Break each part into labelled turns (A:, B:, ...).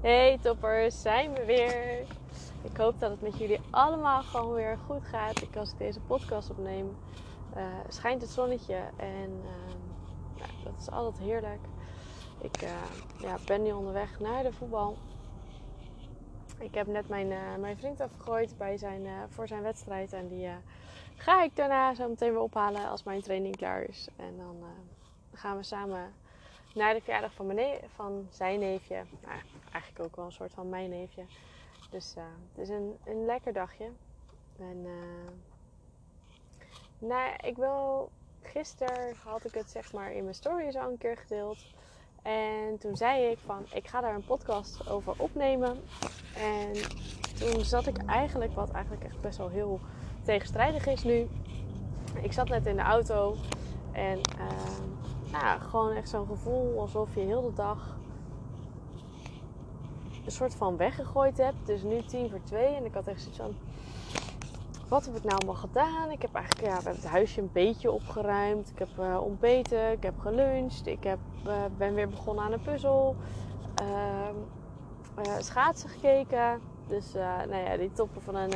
A: Hey toppers, zijn we weer. Ik hoop dat het met jullie allemaal gewoon weer goed gaat. Als ik deze podcast opneem, schijnt het zonnetje en dat is altijd heerlijk. Ik ben nu onderweg naar de voetbal. Ik heb net mijn vriend afgegooid voor zijn wedstrijd en die ga ik daarna zo meteen weer ophalen als mijn training klaar is. En dan gaan we samen naar de verjaardag van zijn neefje. Nou, eigenlijk ook wel een soort van mijn neefje. Dus het is een lekker dagje. En gisteren had ik het zeg maar in mijn stories al een keer gedeeld. En toen zei ik van, ik ga daar een podcast over opnemen. En toen zat ik eigenlijk, wat eigenlijk echt best wel heel tegenstrijdig is nu. Ik zat net in de auto en gewoon echt zo'n gevoel alsof je heel de dag een soort van weggegooid hebt. Het is nu 1:50 en ik had echt zoiets van, wat heb ik nou allemaal gedaan? Ik heb eigenlijk, we hebben het huisje een beetje opgeruimd. Ik heb ontbeten, ik heb geluncht, ik ben weer begonnen aan een puzzel. Schaatsen gekeken. Dus die toppen van een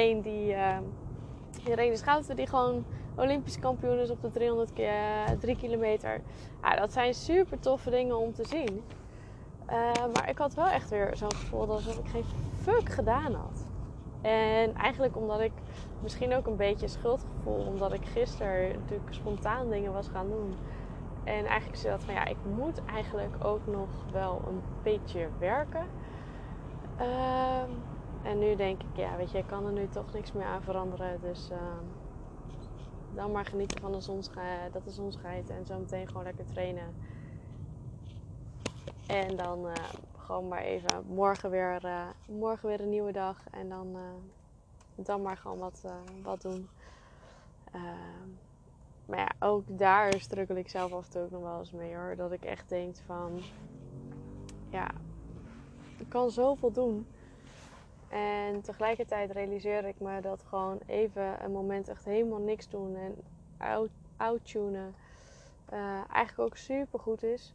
A: Irene Schouten die gewoon Olympisch kampioen is op de 3 kilometer. Ja, dat zijn super toffe dingen om te zien. Maar ik had wel echt weer zo'n gevoel alsof ik geen fuck gedaan had. En eigenlijk omdat ik misschien ook een beetje schuldgevoel, omdat ik gisteren natuurlijk spontaan dingen was gaan doen. En eigenlijk zei dat van ik moet eigenlijk ook nog wel een beetje werken. En nu denk ik, ik kan er nu toch niks meer aan veranderen. Dus dan maar genieten van de zon schijnt en zo meteen gewoon lekker trainen. En dan gewoon maar even morgen weer een nieuwe dag. En dan maar gewoon wat doen. Maar ook daar struggle ik zelf af en toe ook nog wel eens mee hoor. Dat ik echt denk van, ik kan zoveel doen. En tegelijkertijd realiseer ik me dat gewoon even een moment echt helemaal niks doen en outtunen eigenlijk ook super goed is.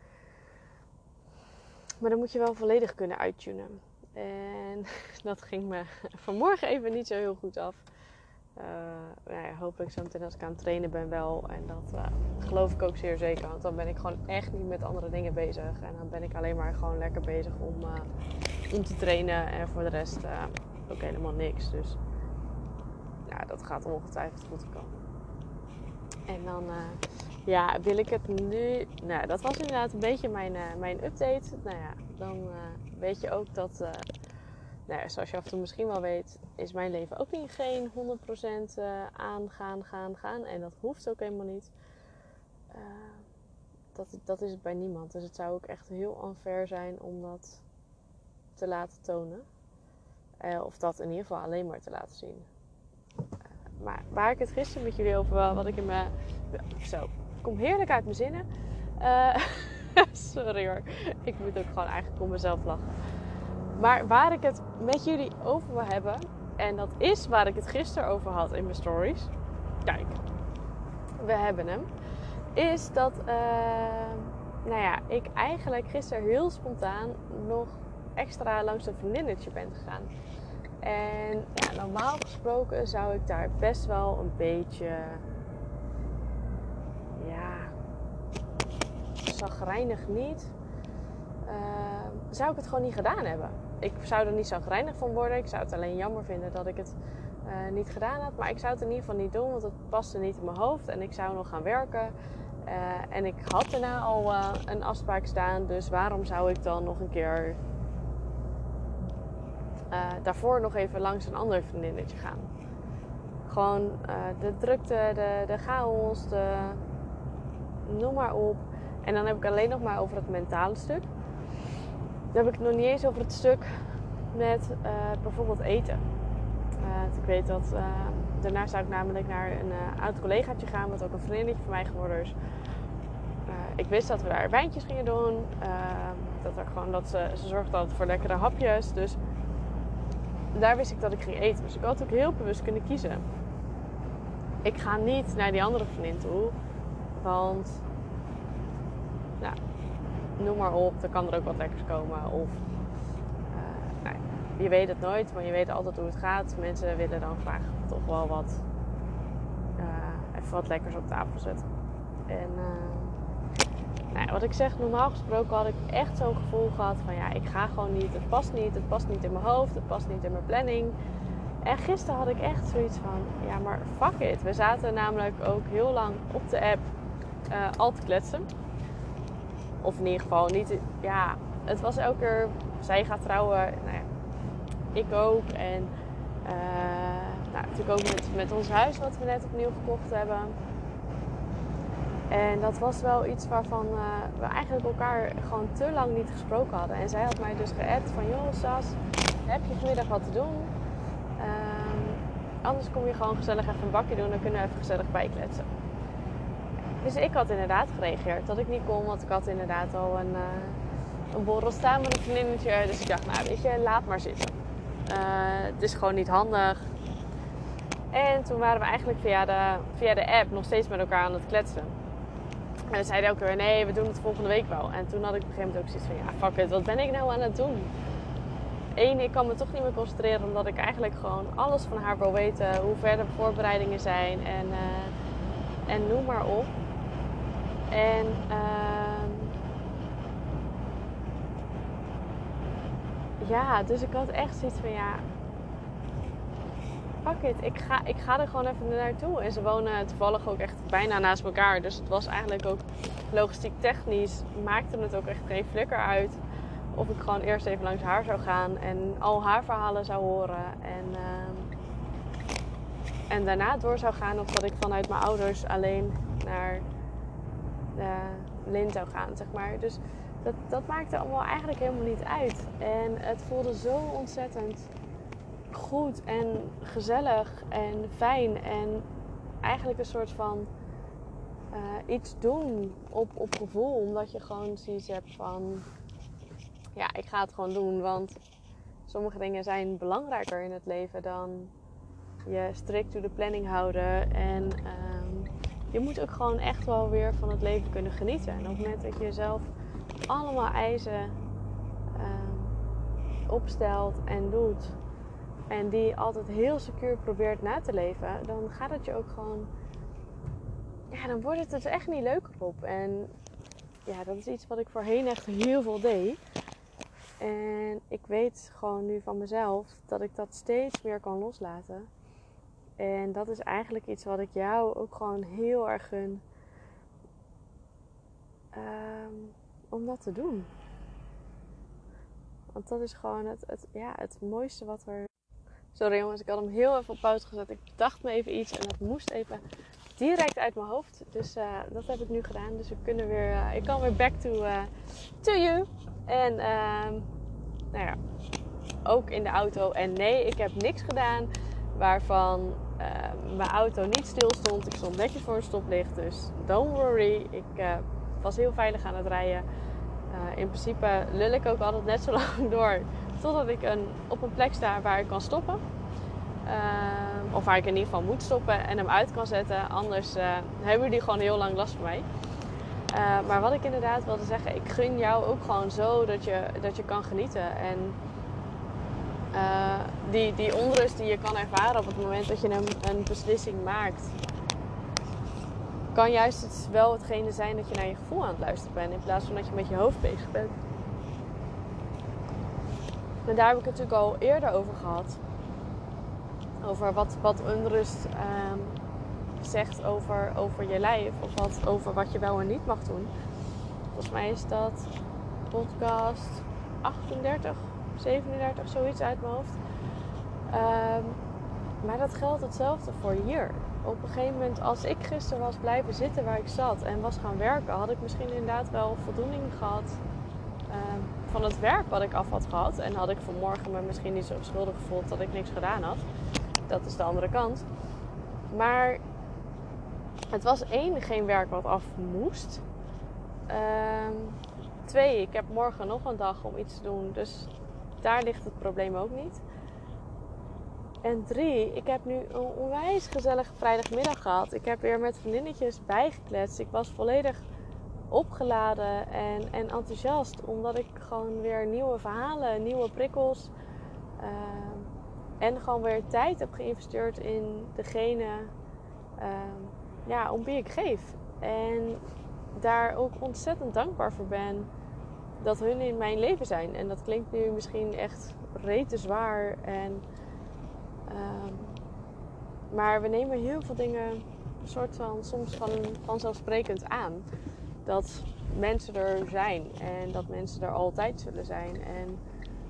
A: Maar dan moet je wel volledig kunnen uittunen. En dat ging me vanmorgen even niet zo heel goed af. Hopelijk zo meteen als ik aan het trainen ben wel. En dat geloof ik ook zeer zeker. Want dan ben ik gewoon echt niet met andere dingen bezig. En dan ben ik alleen maar gewoon lekker bezig om te trainen. En voor de rest ook helemaal niks. Dus dat gaat ongetwijfeld goed komen. En dan wil ik het nu... dat was inderdaad een beetje mijn update. Dan weet je ook dat... zoals je af en toe misschien wel weet, is mijn leven ook niet geen 100% gaan. En dat hoeft ook helemaal niet. Dat is het bij niemand. Dus het zou ook echt heel unfair zijn om dat te laten tonen. Of dat in ieder geval alleen maar te laten zien. Maar waar ik het gisteren met jullie over wat ik in mijn... Zo, ik kom heerlijk uit mijn zinnen. Sorry hoor. Ik moet ook gewoon eigenlijk om mezelf lachen. Maar waar ik het met jullie over wil hebben, en dat is waar ik het gisteren over had in mijn stories. Kijk, we hebben hem. Is dat ik eigenlijk gisteren heel spontaan nog extra langs een vriendinnetje ben gegaan. En normaal gesproken zou ik daar best wel een beetje chagrijnig niet. Zou ik het gewoon niet gedaan hebben. Ik zou er niet chagrijnig van worden. Ik zou het alleen jammer vinden dat ik het niet gedaan had. Maar ik zou het in ieder geval niet doen. Want het paste niet in mijn hoofd. En ik zou nog gaan werken. En ik had daarna al een afspraak staan. Dus waarom zou ik dan nog een keer daarvoor nog even langs een ander vriendinnetje gaan. Gewoon de drukte, de chaos, noem maar op. En dan heb ik alleen nog maar over het mentale stuk. Dan heb ik het nog niet eens over het stuk met bijvoorbeeld eten. Ik weet dat daarna zou ik namelijk naar een oud collegaatje gaan, wat ook een vriendinnetje van mij geworden is. Ik wist dat we daar wijntjes gingen doen. Dat ze zorgde altijd voor lekkere hapjes. Dus daar wist ik dat ik ging eten. Dus ik had ook heel bewust kunnen kiezen. Ik ga niet naar die andere vriendin toe. Want noem maar op, er kan er ook wat lekkers komen. Of je weet het nooit, maar je weet altijd hoe het gaat. Mensen willen dan graag toch wel wat, even wat lekkers op tafel zetten. En nou ja, wat ik zeg, normaal gesproken had ik echt zo'n gevoel gehad van ja, ik ga gewoon niet. Het past niet in mijn hoofd, het past niet in mijn planning. En gisteren had ik echt zoiets van, ja maar fuck it. We zaten namelijk ook heel lang op de app al te kletsen. Of in ieder geval niet, ja, het was elke keer, zij gaat trouwen, nou ja, ik ook. En natuurlijk ook met ons huis wat we net opnieuw gekocht hebben. En dat was wel iets waarvan we eigenlijk elkaar gewoon te lang niet gesproken hadden. En zij had mij dus geappt van, joh Sas, heb je vanmiddag wat te doen? Anders kom je gewoon gezellig even een bakje doen, dan kunnen we even gezellig bijkletsen. Dus ik had inderdaad gereageerd dat ik niet kon, want ik had inderdaad al een borrel staan met een vriendinnetje. Dus ik dacht, nou weet je, laat maar zitten. Het is gewoon niet handig. En toen waren we eigenlijk via de app nog steeds met elkaar aan het kletsen. En we zeiden elke keer, nee, we doen het volgende week wel. En toen had ik op een gegeven moment ook zoiets van, ja, fuck it, wat ben ik nou aan het doen? Eén, ik kan me toch niet meer concentreren, omdat ik eigenlijk gewoon alles van haar wil weten. Hoe ver de voorbereidingen zijn en noem maar op. En ja, dus ik had echt zoiets van, ja, fuck it, ik ga er gewoon even naartoe. En ze wonen toevallig ook echt bijna naast elkaar. Dus het was eigenlijk ook logistiek technisch, maakte het ook echt geen flikker uit of ik gewoon eerst even langs haar zou gaan en al haar verhalen zou horen. En daarna door zou gaan, of dat ik vanuit mijn ouders alleen naar Lynn zou gaan, zeg maar. Dus dat maakte allemaal eigenlijk helemaal niet uit. En het voelde zo ontzettend goed en gezellig en fijn. En eigenlijk een soort van iets doen op gevoel. Omdat je gewoon zoiets hebt van, ja, ik ga het gewoon doen. Want sommige dingen zijn belangrijker in het leven dan je strikt to de planning houden. En je moet ook gewoon echt wel weer van het leven kunnen genieten. En op het moment dat je jezelf allemaal eisen opstelt en doet, en die altijd heel secuur probeert na te leven, dan gaat het je ook gewoon, ja, dan wordt het dus echt niet leuk op. En ja, dat is iets wat ik voorheen echt heel veel deed. En ik weet gewoon nu van mezelf dat ik dat steeds meer kan loslaten. En dat is eigenlijk iets wat ik jou ook gewoon heel erg gun. Om dat te doen. Want dat is gewoon het mooiste wat er... Sorry jongens, ik had hem heel even op pauze gezet. Ik bedacht me even iets en het moest even direct uit mijn hoofd. Dus dat heb ik nu gedaan. Dus ik kan weer back to you. En nou ja, ook in de auto. En nee, ik heb niks gedaan waarvan mijn auto niet stil stond. Ik stond netjes voor een stoplicht. Dus don't worry. Ik was heel veilig aan het rijden. In principe lul ik ook altijd net zo lang door totdat ik op een plek sta waar ik kan stoppen. Of waar ik in ieder geval moet stoppen en hem uit kan zetten. Anders hebben jullie gewoon heel lang last van mij. Maar wat ik inderdaad wilde zeggen, ik gun jou ook gewoon zo dat je kan genieten. En die onrust die je kan ervaren op het moment dat je een beslissing maakt, kan juist wel hetgene zijn dat je naar je gevoel aan het luisteren bent, in plaats van dat je met je hoofd bezig bent. En daar heb ik het natuurlijk al eerder over gehad. Over wat onrust zegt over je lijf. Of over wat je wel en niet mag doen. Volgens mij is dat podcast 38, 37, zoiets uit mijn hoofd. Maar dat geldt hetzelfde voor hier. Op een gegeven moment, als ik gisteren was blijven zitten waar ik zat en was gaan werken, had ik misschien inderdaad wel voldoening gehad van het werk wat ik af had gehad. En had ik vanmorgen me misschien niet zo schuldig gevoeld dat ik niks gedaan had. Dat is de andere kant. Maar het was 1, geen werk wat af moest. 2, ik heb morgen nog een dag om iets te doen. Dus daar ligt het probleem ook niet. En 3, ik heb nu een onwijs gezellige vrijdagmiddag gehad. Ik heb weer met vriendinnetjes bijgekletst. Ik was volledig opgeladen en enthousiast. Omdat ik gewoon weer nieuwe verhalen, nieuwe prikkels En gewoon weer tijd heb geïnvesteerd in degene om wie ik geef. En daar ook ontzettend dankbaar voor ben dat hun in mijn leven zijn. En dat klinkt nu misschien echt rete zwaar. Maar we nemen heel veel dingen soort van soms vanzelfsprekend aan. Dat mensen er zijn en dat mensen er altijd zullen zijn. En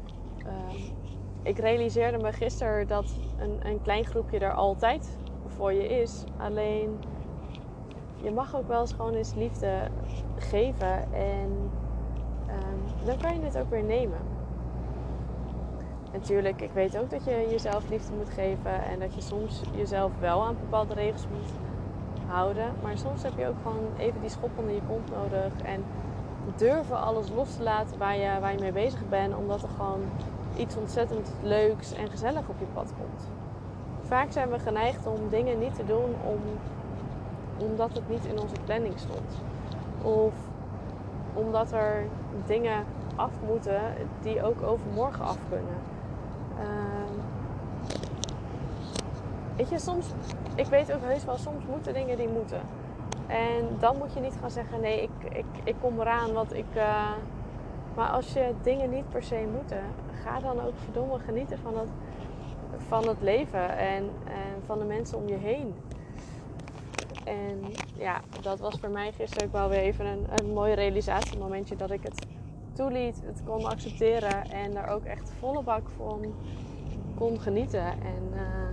A: ik realiseerde me gisteren dat een klein groepje er altijd voor je is. Alleen je mag ook wel eens gewoon eens liefde geven en dan kan je het ook weer nemen. Natuurlijk, ik weet ook dat je jezelf liefde moet geven en dat je soms jezelf wel aan bepaalde regels moet houden. Maar soms heb je ook gewoon even die schop onder je kont nodig en durven alles los te laten waar je mee bezig bent, omdat er gewoon iets ontzettend leuks en gezellig op je pad komt. Vaak zijn we geneigd om dingen niet te doen omdat het niet in onze planning stond. Of omdat er dingen af moeten die ook overmorgen af kunnen. Weet je, soms, ik weet ook heus wel, soms moeten dingen die moeten. En dan moet je niet gaan zeggen, nee, ik kom eraan, want maar als je dingen niet per se moeten, ga dan ook verdomme genieten van het leven en van de mensen om je heen. En ja, dat was voor mij gisteren ook wel weer even een mooi realisatiemomentje. Dat ik het toeliet, het kon accepteren en daar ook echt volle bak van kon genieten. En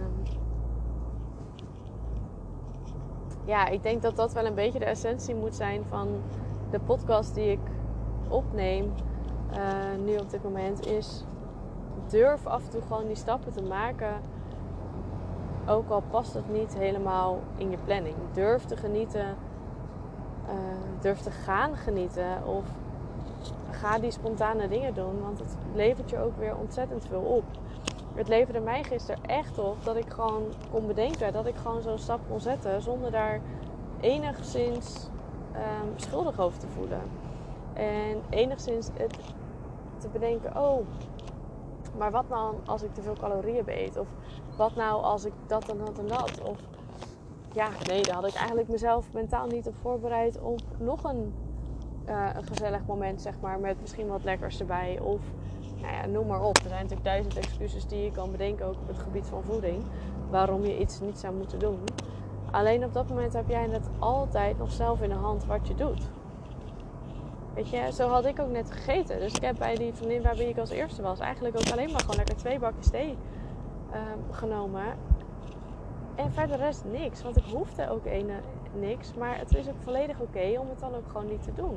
A: ik denk dat dat wel een beetje de essentie moet zijn van de podcast die ik opneem nu op dit moment. Is durf af en toe gewoon die stappen te maken. Ook al past het niet helemaal in je planning. Durf te genieten. Durf te gaan genieten. Of ga die spontane dingen doen. Want het levert je ook weer ontzettend veel op. Het leverde mij gisteren echt op dat ik gewoon kon bedenken. Dat ik gewoon zo'n stap kon zetten. Zonder daar enigszins schuldig over te voelen. En enigszins het te bedenken. Oh, maar wat nou als ik te veel calorieën beet? Of wat nou als ik dat en dat en dat? Of daar had ik eigenlijk mezelf mentaal niet op voorbereid op nog een gezellig moment, zeg maar, met misschien wat lekkers erbij. Of noem maar op. Er zijn natuurlijk 1000 excuses die je kan bedenken, ook op het gebied van voeding, waarom je iets niet zou moeten doen. Alleen op dat moment heb jij het altijd nog zelf in de hand wat je doet. Weet je, zo had ik ook net gegeten. Dus ik heb bij die vriendin waarbij ik als eerste was eigenlijk ook alleen maar gewoon lekker 2 bakjes thee genomen. En verder rest niks. Want ik hoefde ook niks. Maar het is ook volledig oké om het dan ook gewoon niet te doen.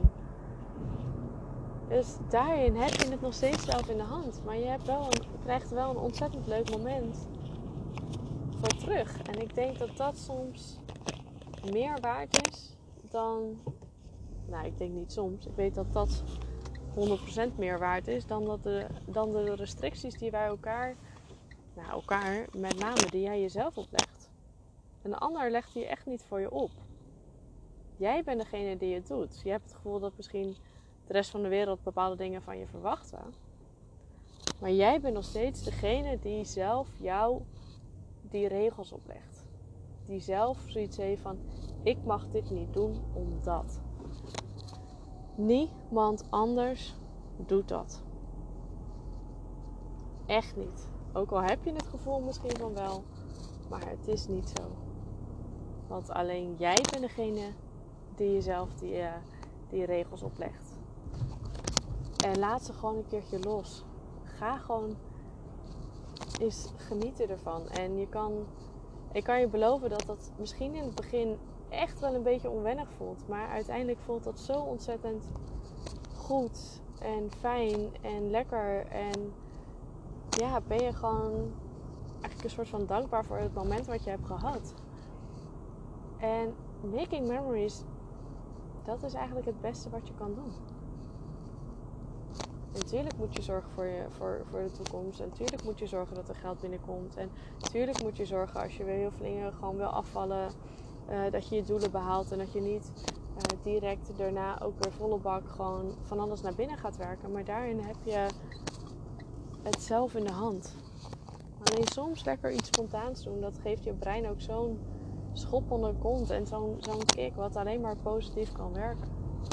A: Dus daarin heb je het nog steeds zelf in de hand. Maar je krijgt wel een ontzettend leuk moment voor terug. En ik denk dat dat soms meer waard is dan... ik denk niet soms. Ik weet dat dat 100% meer waard is dan de restricties die wij elkaar, met name die jij jezelf oplegt. Een ander legt die echt niet voor je op. Jij bent degene die het doet. Je hebt het gevoel dat misschien de rest van de wereld bepaalde dingen van je verwachten. Maar jij bent nog steeds degene die zelf jou die regels oplegt. Die zelf zoiets heeft van, ik mag dit niet doen omdat. Niemand anders doet dat. Echt niet. Ook al heb je het gevoel misschien van wel. Maar het is niet zo. Want alleen jij bent degene die jezelf die regels oplegt. En laat ze gewoon een keertje los. Ga gewoon eens genieten ervan. En ik kan je beloven dat dat misschien in het begin echt wel een beetje onwennig voelt. Maar uiteindelijk voelt dat zo ontzettend goed en fijn en lekker. En ben je gewoon eigenlijk een soort van dankbaar voor het moment wat je hebt gehad. En making memories, dat is eigenlijk het beste wat je kan doen. En natuurlijk moet je zorgen voor de toekomst. En natuurlijk moet je zorgen dat er geld binnenkomt. En natuurlijk moet je zorgen als je weer heel veel dingen gewoon wil afvallen. Dat je je doelen behaalt. En dat je niet direct daarna ook weer volle bak gewoon van alles naar binnen gaat werken. Maar daarin heb je het zelf in de hand. Alleen soms lekker iets spontaans doen. Dat geeft je brein ook zo'n schop onder de kont. En zo'n kick wat alleen maar positief kan werken.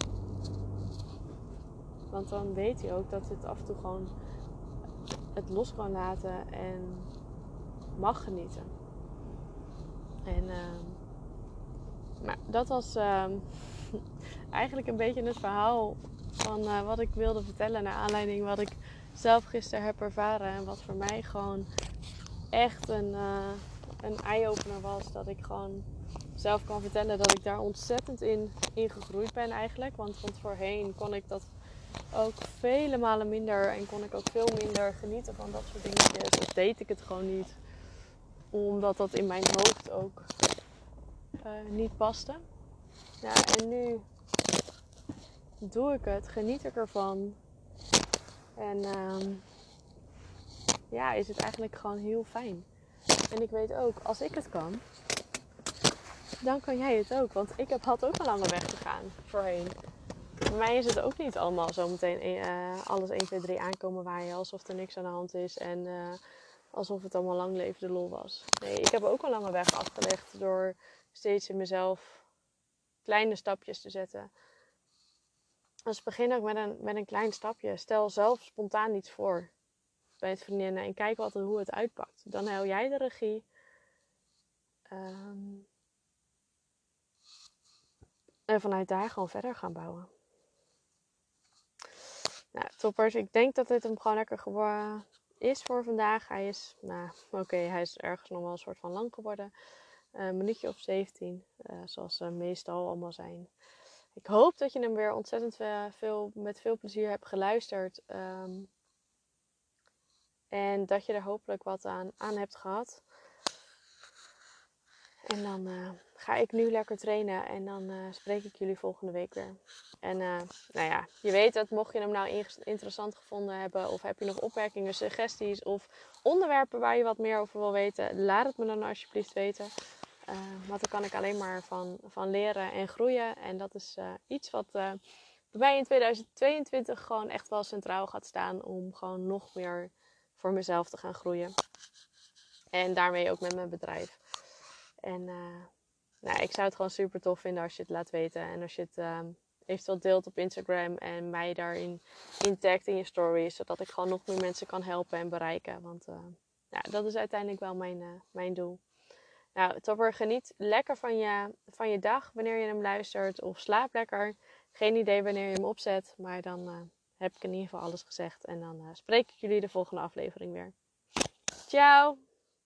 A: Want dan weet je ook dat het af en toe gewoon het los kan laten. En mag genieten. En maar dat was eigenlijk een beetje het verhaal van wat ik wilde vertellen. Naar aanleiding wat ik zelf gisteren heb ervaren. En wat voor mij gewoon echt een eye-opener was. Dat ik gewoon zelf kan vertellen dat ik daar ontzettend in gegroeid ben eigenlijk. Want voorheen kon ik dat ook vele malen minder. En kon ik ook veel minder genieten van dat soort dingetjes. Of deed ik het gewoon niet. Omdat dat in mijn hoofd ook niet paste. Ja, en nu doe ik het. Geniet ik ervan. En is het eigenlijk gewoon heel fijn. En ik weet ook, als ik het kan, dan kan jij het ook. Want ik had ook een lange weg te gaan voorheen. Voor mij is het ook niet allemaal zometeen alles 1, 2, 3 aankomen waaien. Alsof er niks aan de hand is. En alsof het allemaal lang leven de lol was. Nee, ik heb ook een lange weg afgelegd. Door steeds in mezelf kleine stapjes te zetten. Dus begin ook met een klein stapje. Stel zelf spontaan iets voor. Bij het vriendinnen. En kijk hoe het uitpakt. Dan hou jij de regie. En vanuit daar gewoon verder gaan bouwen. Nou, toppers. Ik denk dat dit hem gewoon lekker geworden is voor vandaag. Hij is, hij is ergens nog wel een soort van lang geworden. Een minuutje of 17. Zoals ze meestal allemaal zijn. Ik hoop dat je hem weer ontzettend met veel plezier hebt geluisterd. En dat je er hopelijk wat aan hebt gehad. En dan ga ik nu lekker trainen. En dan spreek ik jullie volgende week weer. En je weet het. Mocht je hem nou interessant gevonden hebben. Of heb je nog opmerkingen, suggesties. Of onderwerpen waar je wat meer over wil weten. Laat het me dan alsjeblieft weten. Want daar kan ik alleen maar van leren en groeien. En dat is iets wat bij mij in 2022 gewoon echt wel centraal gaat staan. Om gewoon nog meer voor mezelf te gaan groeien. En daarmee ook met mijn bedrijf. En ik zou het gewoon super tof vinden als je het laat weten. En als je het eventueel deelt op Instagram. En mij daarin tagt in je stories. Zodat ik gewoon nog meer mensen kan helpen en bereiken. Want dat is uiteindelijk wel mijn doel. Nou, topper, geniet lekker van je dag wanneer je hem luistert. Of slaap lekker. Geen idee wanneer je hem opzet. Maar dan heb ik in ieder geval alles gezegd. En dan spreek ik jullie de volgende aflevering weer. Ciao!